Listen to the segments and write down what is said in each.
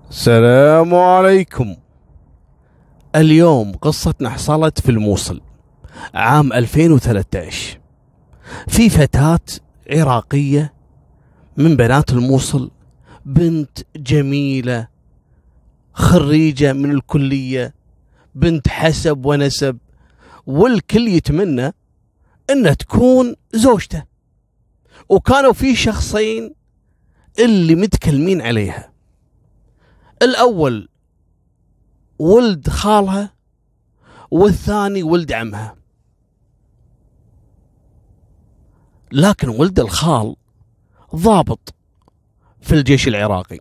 السلام عليكم. اليوم قصتنا حصلت في الموصل عام 2013. في فتاة عراقية من بنات الموصل، بنت جميلة خريجة من الكلية، بنت حسب ونسب، والكل يتمنى انها تكون زوجته. وكانوا في شخصين اللي متكلمين عليها. الأول ولد خالها، والثاني ولد عمها. لكن ولد الخال ضابط في الجيش العراقي،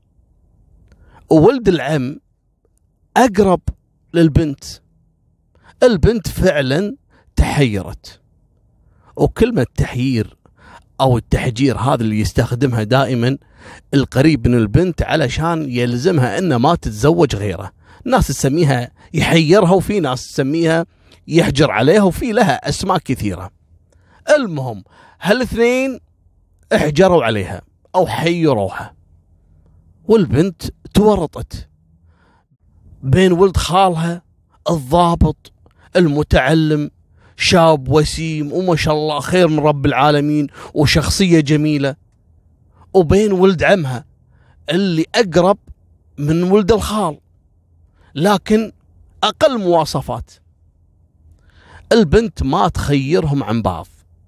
وولد العم أقرب للبنت. البنت فعلا تحيرت، وكلمة تحيير أو التحجير هذا اللي يستخدمها دائما القريب من البنت علشان يلزمها أن ما تتزوج غيره. ناس تسميها يحيرها، وفي ناس تسميها يحجر عليها، وفي لها أسماء كثيرة. المهم هالاثنين احجروا عليها أو حيروها، والبنت تورطت بين ولد خالها الضابط المتعلم، شاب وسيم وما شاء الله خير من رب العالمين وشخصية جميلة، وبين ولد عمها اللي أقرب من ولد الخال لكن أقل مواصفات. البنت ما تخيرهم عن بعض،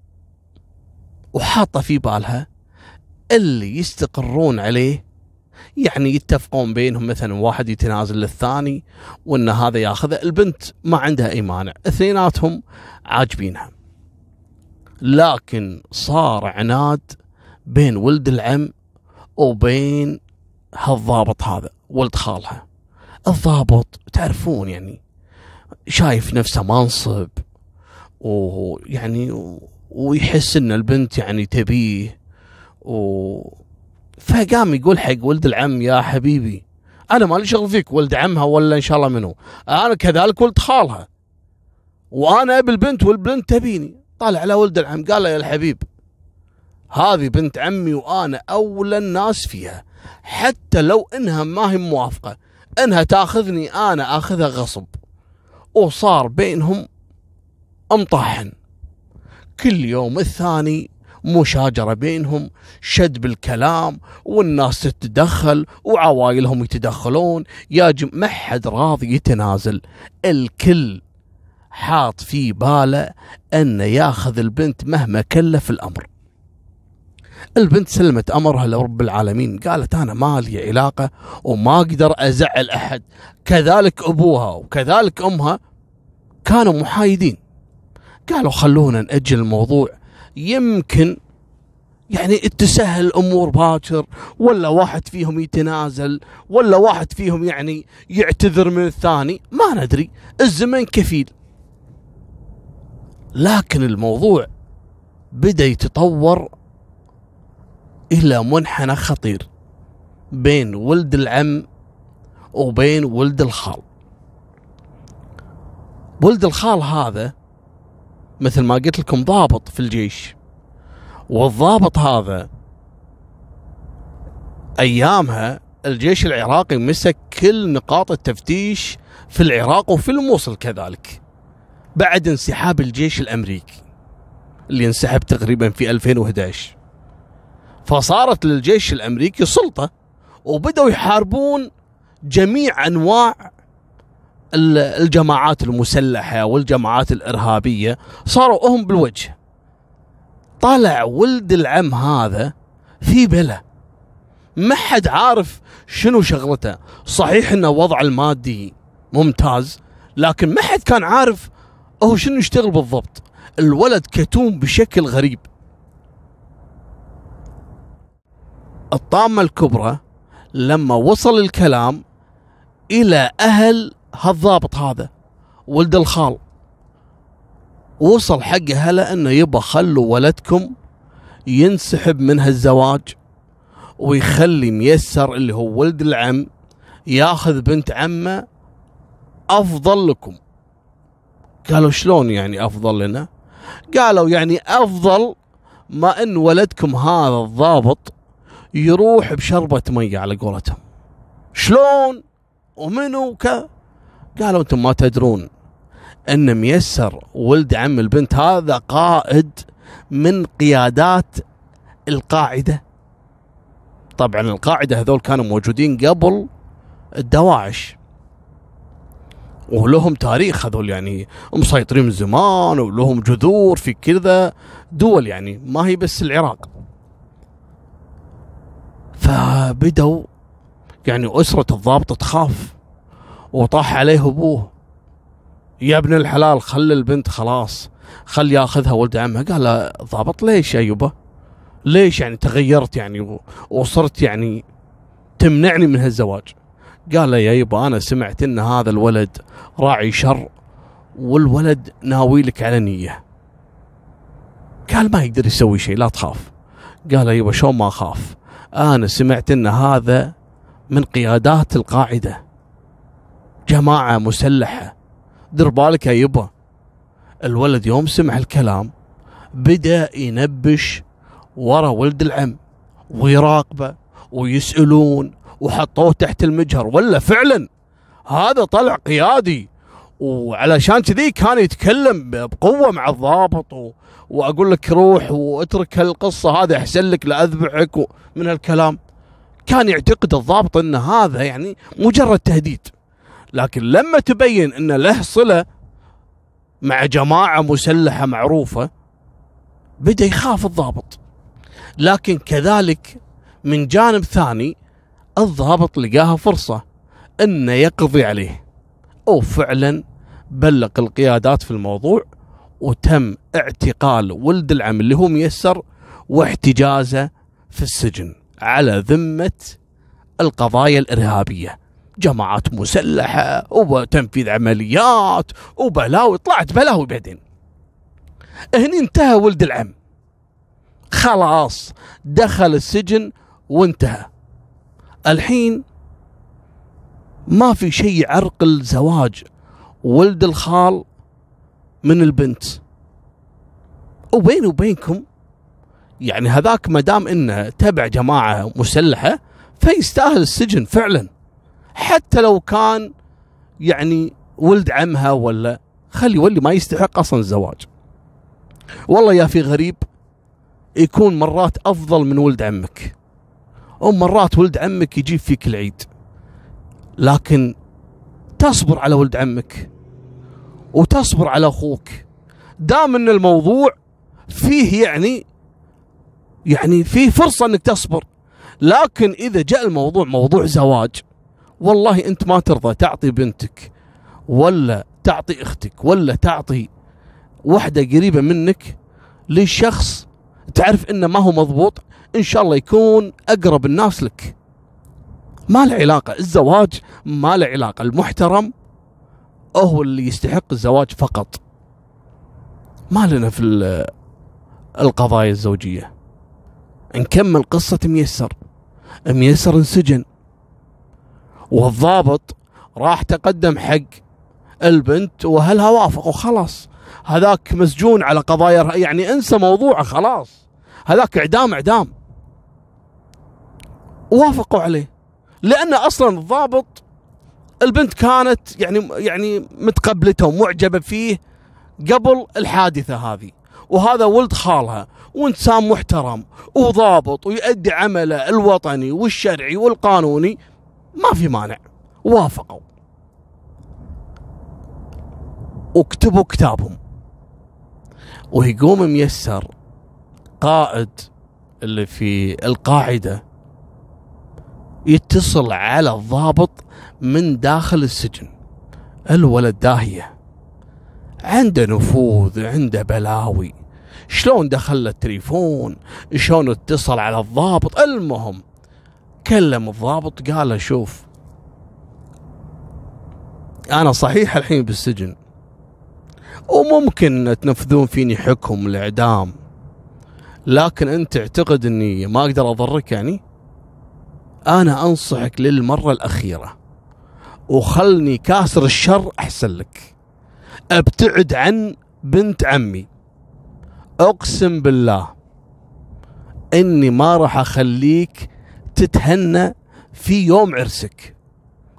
وحاطة في بالها اللي يستقرون عليه، يعني يتفقون بينهم، مثلا واحد يتنازل للثاني وان هذا ياخذه. البنت ما عندها اي مانع، اثنيناتهم عاجبينها. لكن صار عناد بين ولد العم وبين هالضابط هذا ولد خالها. الضابط تعرفون يعني شايف نفسه منصب، ويعني ويحس ان البنت يعني تبيه، فقام يقول حق ولد العم: يا حبيبي انا مالي شغل فيك ولد عمها ولا ان شاء الله منه، انا كذلك ولد خالها، وانا ابي البنت والبنت تبيني. طالع على ولد العم قال له: يا الحبيب هذه بنت عمي وانا اولى الناس فيها، حتى لو انها ما هي موافقه انها تاخذني انا اخذها غصب. وصار بينهم امطاحن، كل يوم الثاني مشاجرة بينهم، شد بالكلام، والناس تتدخل وعوائلهم يتدخلون. ما حد راضي يتنازل، الكل حاط في باله أن ياخذ البنت مهما كلف الأمر. البنت سلمت أمرها لرب العالمين، قالت: أنا ما لي علاقة وما أقدر أزعل أحد. كذلك أبوها وكذلك أمها كانوا محايدين، قالوا: خلونا نأجل الموضوع، يمكن يعني تسهل الأمور باكر، ولا واحد فيهم يتنازل، ولا واحد فيهم يعني يعتذر من الثاني، ما ندري، الزمن كفيل. لكن الموضوع بدأ يتطور إلى منحنى خطير بين ولد العم وبين ولد الخال. ولد الخال هذا مثل ما قلت لكم ضابط في الجيش، والضابط هذا أيامها الجيش العراقي مسك كل نقاط التفتيش في العراق وفي الموصل كذلك، بعد انسحاب الجيش الأمريكي اللي انسحب تقريبا في 2011. فصارت للجيش الأمريكي سلطة، وبدأوا يحاربون جميع أنواع الجماعات المسلحة والجماعات الإرهابية، صاروا هم بالوجه. طلع ولد العم هذا في بلا، ما حد عارف شنو شغلته. صحيح انه وضع المادي ممتاز، لكن ما حد كان عارف هو شنو يشتغل بالضبط. الولد كتوم بشكل غريب. الطامة الكبرى لما وصل الكلام الى اهل هالضابط هذا ولد الخال، وصل حق هلا انه يبا خلوا ولدكم ينسحب من هالزواج، ويخلي ميسر اللي هو ولد العم ياخذ بنت عمه افضل لكم. قالوا: شلون يعني افضل لنا؟ قالوا: يعني افضل ما ان ولدكم هذا الضابط يروح بشربة مية على قولتهم. شلون ومنو كذا. قالوا انتم ما تدرون ان ميسر ولد عم البنت هذا قائد من قيادات القاعدة. طبعا القاعدة هذول كانوا موجودين قبل الدواعش ولهم تاريخ، هذول يعني مسيطرين من زمان ولهم جذور في كذا دول، يعني ما هي بس العراق. فبدوا يعني أسرة الضابط تخاف وطاح عليه أبوه، يا ابن الحلال خلي البنت خلاص، خل ياخذها ولد عمها. قال الضابط ليش يا يبا، ليش يعني تغيرت يعني وصرت يعني تمنعني من هالزواج؟ قال يا يبا أنا سمعت إن هذا الولد راعي شر والولد ناوي لك على نية. قال ما يقدر يسوي شيء لا تخاف. قال يا يبا شو ما أخاف، أنا سمعت إن هذا من قيادات القاعدة، جماعة مسلحة، دير بالك يا يبا. الولد يوم سمع الكلام بدأ ينبش ورا ولد العم ويراقبه ويسألون وحطوه تحت المجهر، ولا فعلا هذا طلع قيادي. وعلشان كذي كان يتكلم بقوة مع الضابط وأقول لك روح واترك هالقصة هذا أحسن لك لأذبحك من هالكلام. كان يعتقد الضابط أن هذا يعني مجرد تهديد، لكن لما تبين أن له صلة مع جماعة مسلحة معروفة بدأ يخاف الضابط. لكن كذلك من جانب ثاني الضابط لقاها فرصة أنه يقضي عليه، وفعلا بلغ القيادات في الموضوع وتم اعتقال ولد العم اللي هو ميسر واحتجازه في السجن على ذمة القضايا الإرهابية، جماعات مسلحة وتنفيذ عمليات وبلاوي، طلعت بلاوي. بعدين هني انتهى ولد العم، خلاص دخل السجن وانتهى. الحين ما في شيء يعرقل زواج ولد الخال من البنت. وبيني وبينكم يعني هذاك مدام انه تبع جماعة مسلحة فيستاهل السجن فعلا، حتى لو كان يعني ولد عمها ولا خلي ولي ما يستحق اصلا الزواج. والله يا في غريب يكون مرات افضل من ولد عمك، ومرات ولد عمك يجيب فيك العيد، لكن تصبر على ولد عمك وتصبر على اخوك دام ان الموضوع فيه يعني فيه فرصة انك تصبر. لكن اذا جاء الموضوع موضوع زواج، والله انت ما ترضى تعطي بنتك ولا تعطي اختك ولا تعطي واحدة قريبة منك لشخص تعرف انه ما هو مضبوط، ان شاء الله يكون اقرب الناس لك. ما له علاقة الزواج، ما له علاقة، المحترم هو اللي يستحق الزواج فقط. ما لنا في القضايا الزوجية. نكمل قصة ميسر انسجن، والضابط راح تقدم حق البنت واهلها وافقوا، خلاص هذاك مسجون على قضايا، يعني انسى موضوعه خلاص، هذاك اعدام. وافقوا عليه لان اصلا الضابط البنت كانت يعني متقبلته ومعجبه فيه قبل الحادثه هذه، وهذا ولد خالها وانسان محترم وضابط ويؤدي عمله الوطني والشرعي والقانوني، ما في مانع. وافقوا وكتبوا كتابهم، ويقوم ميسر قائد اللي في القاعدة يتصل على الضابط من داخل السجن. الولد داهية، عنده نفوذ، عنده بلاوي، شلون دخل التليفون، شلون اتصل على الضابط. المهم كلم الضابط قال له شوف انا صحيح الحين بالسجن وممكن تنفذون فيني حكم الاعدام، لكن انت تعتقد اني ما اقدر اضرك؟ يعني انا انصحك للمرة الاخيرة وخلني كاسر الشر احسن لك، ابتعد عن بنت عمي، اقسم بالله اني ما راح اخليك تتهنى في يوم عرسك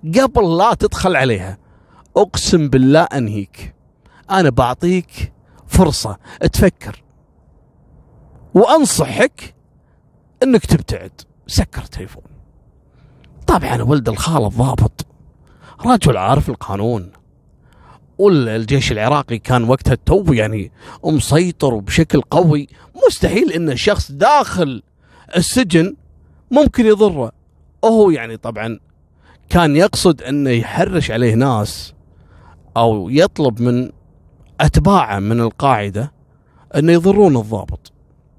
قبل لا تدخل عليها اقسم بالله انهيك. انا بعطيك فرصة تفكر وانصحك انك تبتعد. سكر تليفون. طبعا ولد الخال الضابط رجل عارف القانون، والجيش العراقي كان وقتها تو يعني مسيطر بشكل قوي، مستحيل ان الشخص داخل السجن ممكن يضره. وهو يعني طبعا كان يقصد انه يحرش عليه ناس او يطلب من اتباعه من القاعدة انه يضرون الضابط،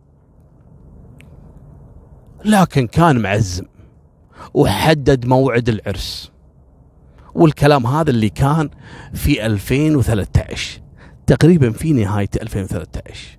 لكن كان معزم وحدد موعد العرس. والكلام هذا اللي كان في 2013 تقريبا، في نهاية 2013.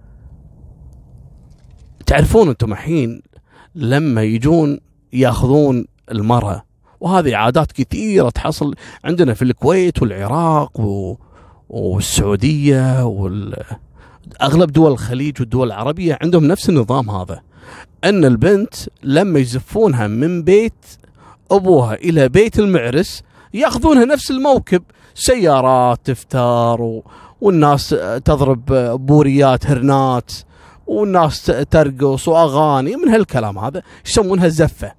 تعرفون انتم الحين لما يجون ياخذون المرأة، وهذه عادات كثيرة تحصل عندنا في الكويت والعراق والسعودية وأغلب دول الخليج والدول العربية عندهم نفس النظام هذا، أن البنت لما يزفونها من بيت أبوها إلى بيت المعرس يأخذونها نفس الموكب، سيارات تفتار والناس تضرب بوريات هرنات والناس ترقص وأغاني من هالكلام هذا، يسمونها زفة.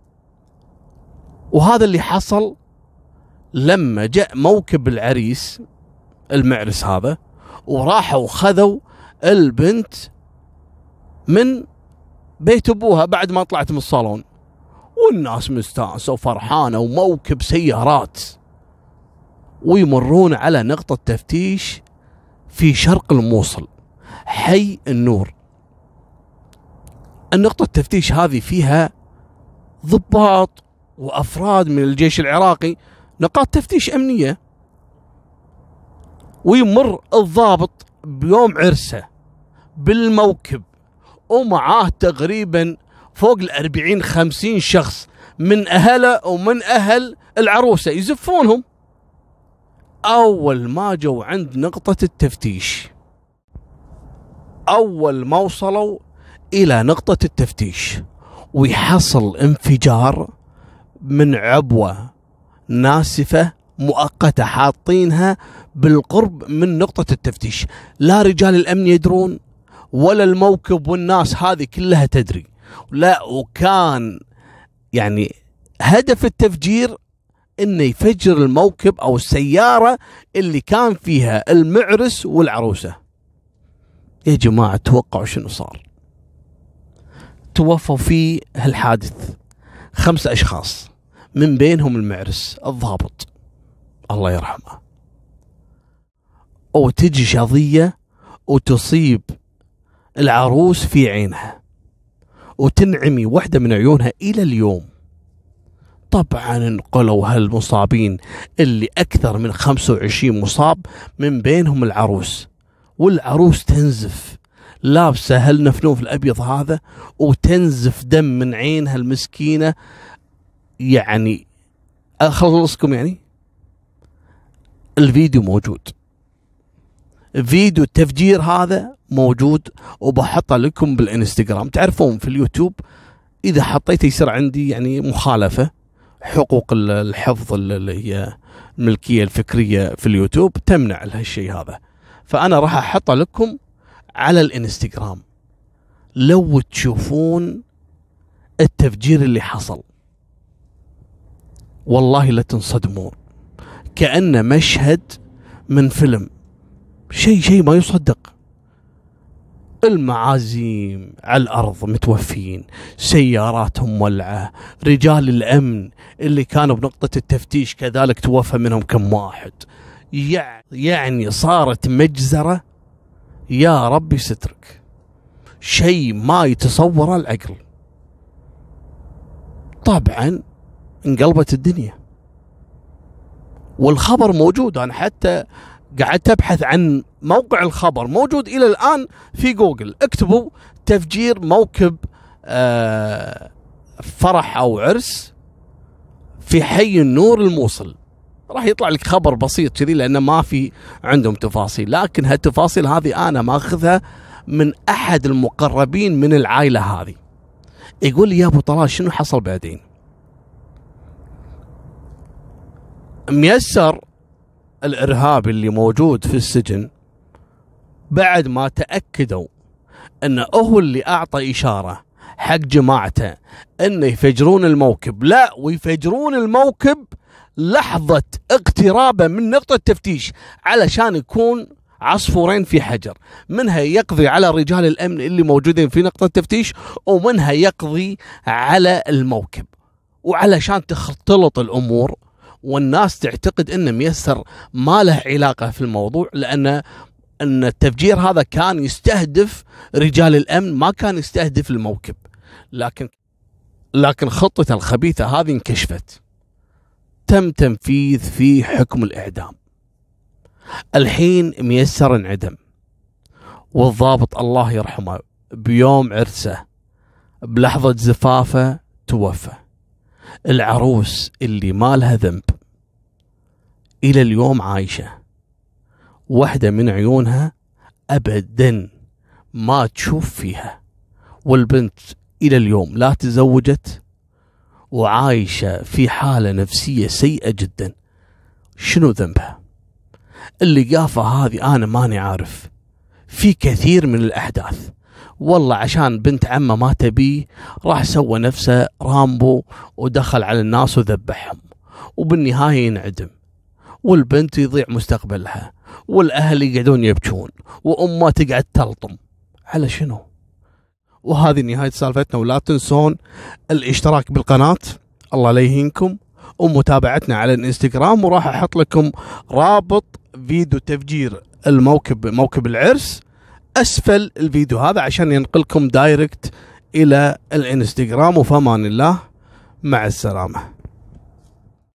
وهذا اللي حصل لما جاء موكب العريس المعرس هذا، وراحوا خذوا البنت من بيت أبوها بعد ما طلعت من الصالون، والناس مستانسة وفرحانة وموكب سيارات، ويمرون على نقطة تفتيش في شرق الموصل حي النور. النقطة التفتيش هذه فيها ضباط وأفراد من الجيش العراقي، نقاط تفتيش أمنية. ويمر الضابط بيوم عرسه بالموكب ومعاه تقريبا فوق 40-50 شخص من أهله ومن أهل العروسة يزفونهم. أول ما جو عند نقطة التفتيش، أول ما وصلوا إلى نقطة التفتيش ويحصل انفجار من عبوة ناسفة مؤقتة حاطينها بالقرب من نقطة التفتيش. لا رجال الأمن يدرون ولا الموكب والناس هذه كلها تدري، لا. وكان يعني هدف التفجير انه يفجر الموكب او السيارة اللي كان فيها المعرس والعروسة. يا جماعة توقعوا شنو صار؟ توفوا في هالحادث 5 أشخاص، من بينهم المعرس الضابط الله يرحمه. وتجي شظية وتصيب العروس في عينها وتنعمي واحدة من عيونها إلى اليوم. طبعا انقلوا هالمصابين اللي أكثر من 25 مصاب، من بينهم العروس. والعروس تنزف، لابسة هالنفنوف الأبيض هذا وتنزف دم من عينها المسكينة. يعني أخلصكم، يعني الفيديو موجود، فيديو التفجير هذا موجود وبحطه لكم بالانستغرام. تعرفون في اليوتيوب إذا حطيته يصير عندي يعني مخالفة حقوق الحفظ اللي هي الملكية الفكرية في اليوتيوب تمنع هالشيء هذا، فأنا راح أحطه لكم على الانستغرام. لو تشوفون التفجير اللي حصل والله لا تنصدمون، كأنه مشهد من فيلم، شيء ما يصدق. المعازيم على الأرض متوفين، سياراتهم مولعة، رجال الأمن اللي كانوا بنقطة التفتيش كذلك توفى منهم كم واحد. يعني صارت مجزرة يا ربي سترك، شيء ما يتصوره العقل. طبعا انقلبت الدنيا، والخبر موجود. أنا حتى قعدت أبحث عن موقع الخبر، موجود إلى الآن في جوجل. اكتبوا تفجير موكب فرح أو عرس في حي النور الموصل، راح يطلع لك خبر بسيط كذي لأنه ما في عندهم تفاصيل. لكن هالتفاصيل هذه أنا ماخذها من أحد المقربين من العائلة هذه. يقول لي يا أبو طلال شنو حصل بعدين؟ ميسر الإرهابي اللي موجود في السجن بعد ما تأكدوا أنه هو اللي أعطى إشارة حق جماعته أنه يفجرون الموكب، لا ويفجرون الموكب لحظة اقترابه من نقطة تفتيش، علشان يكون عصفورين في حجر، منها يقضي على رجال الأمن اللي موجودين في نقطة تفتيش، ومنها يقضي على الموكب، وعلشان تختلط الأمور والناس تعتقد أن ميسر ما له علاقة في الموضوع، لأن التفجير هذا كان يستهدف رجال الأمن، ما كان يستهدف الموكب. لكن خطته الخبيثة هذه انكشفت، تم تنفيذ في حكم الإعدام. الحين ميسر انعدم، والضابط الله يرحمه بيوم عرسه بلحظة زفافه توفى. العروس اللي ما لها ذنب إلى اليوم عايشة، واحدة من عيونها أبدا ما تشوف فيها، والبنت إلى اليوم لا تزوجت وعايشة في حالة نفسية سيئة جدا. شنو ذنبها؟ اللي قافة هذه أنا ماني عارف. في كثير من الأحداث والله عشان بنت عمه ما تبيه راح سوى نفسه رامبو ودخل على الناس وذبحهم، وبالنهاية ينعدم، والبنت يضيع مستقبلها، والأهل يقعدون يبكون، وأمه تقعد تلطم. على شنو؟ وهذه نهاية سالفتنا، ولا تنسون الاشتراك بالقناة الله لا يهينكم، ومتابعتنا على الانستغرام، وراح أحط لكم رابط فيديو تفجير الموكب، موكب العرس، أسفل الفيديو هذا عشان ينقلكم دايركت إلى الانستغرام. وفمان الله، مع السلامة.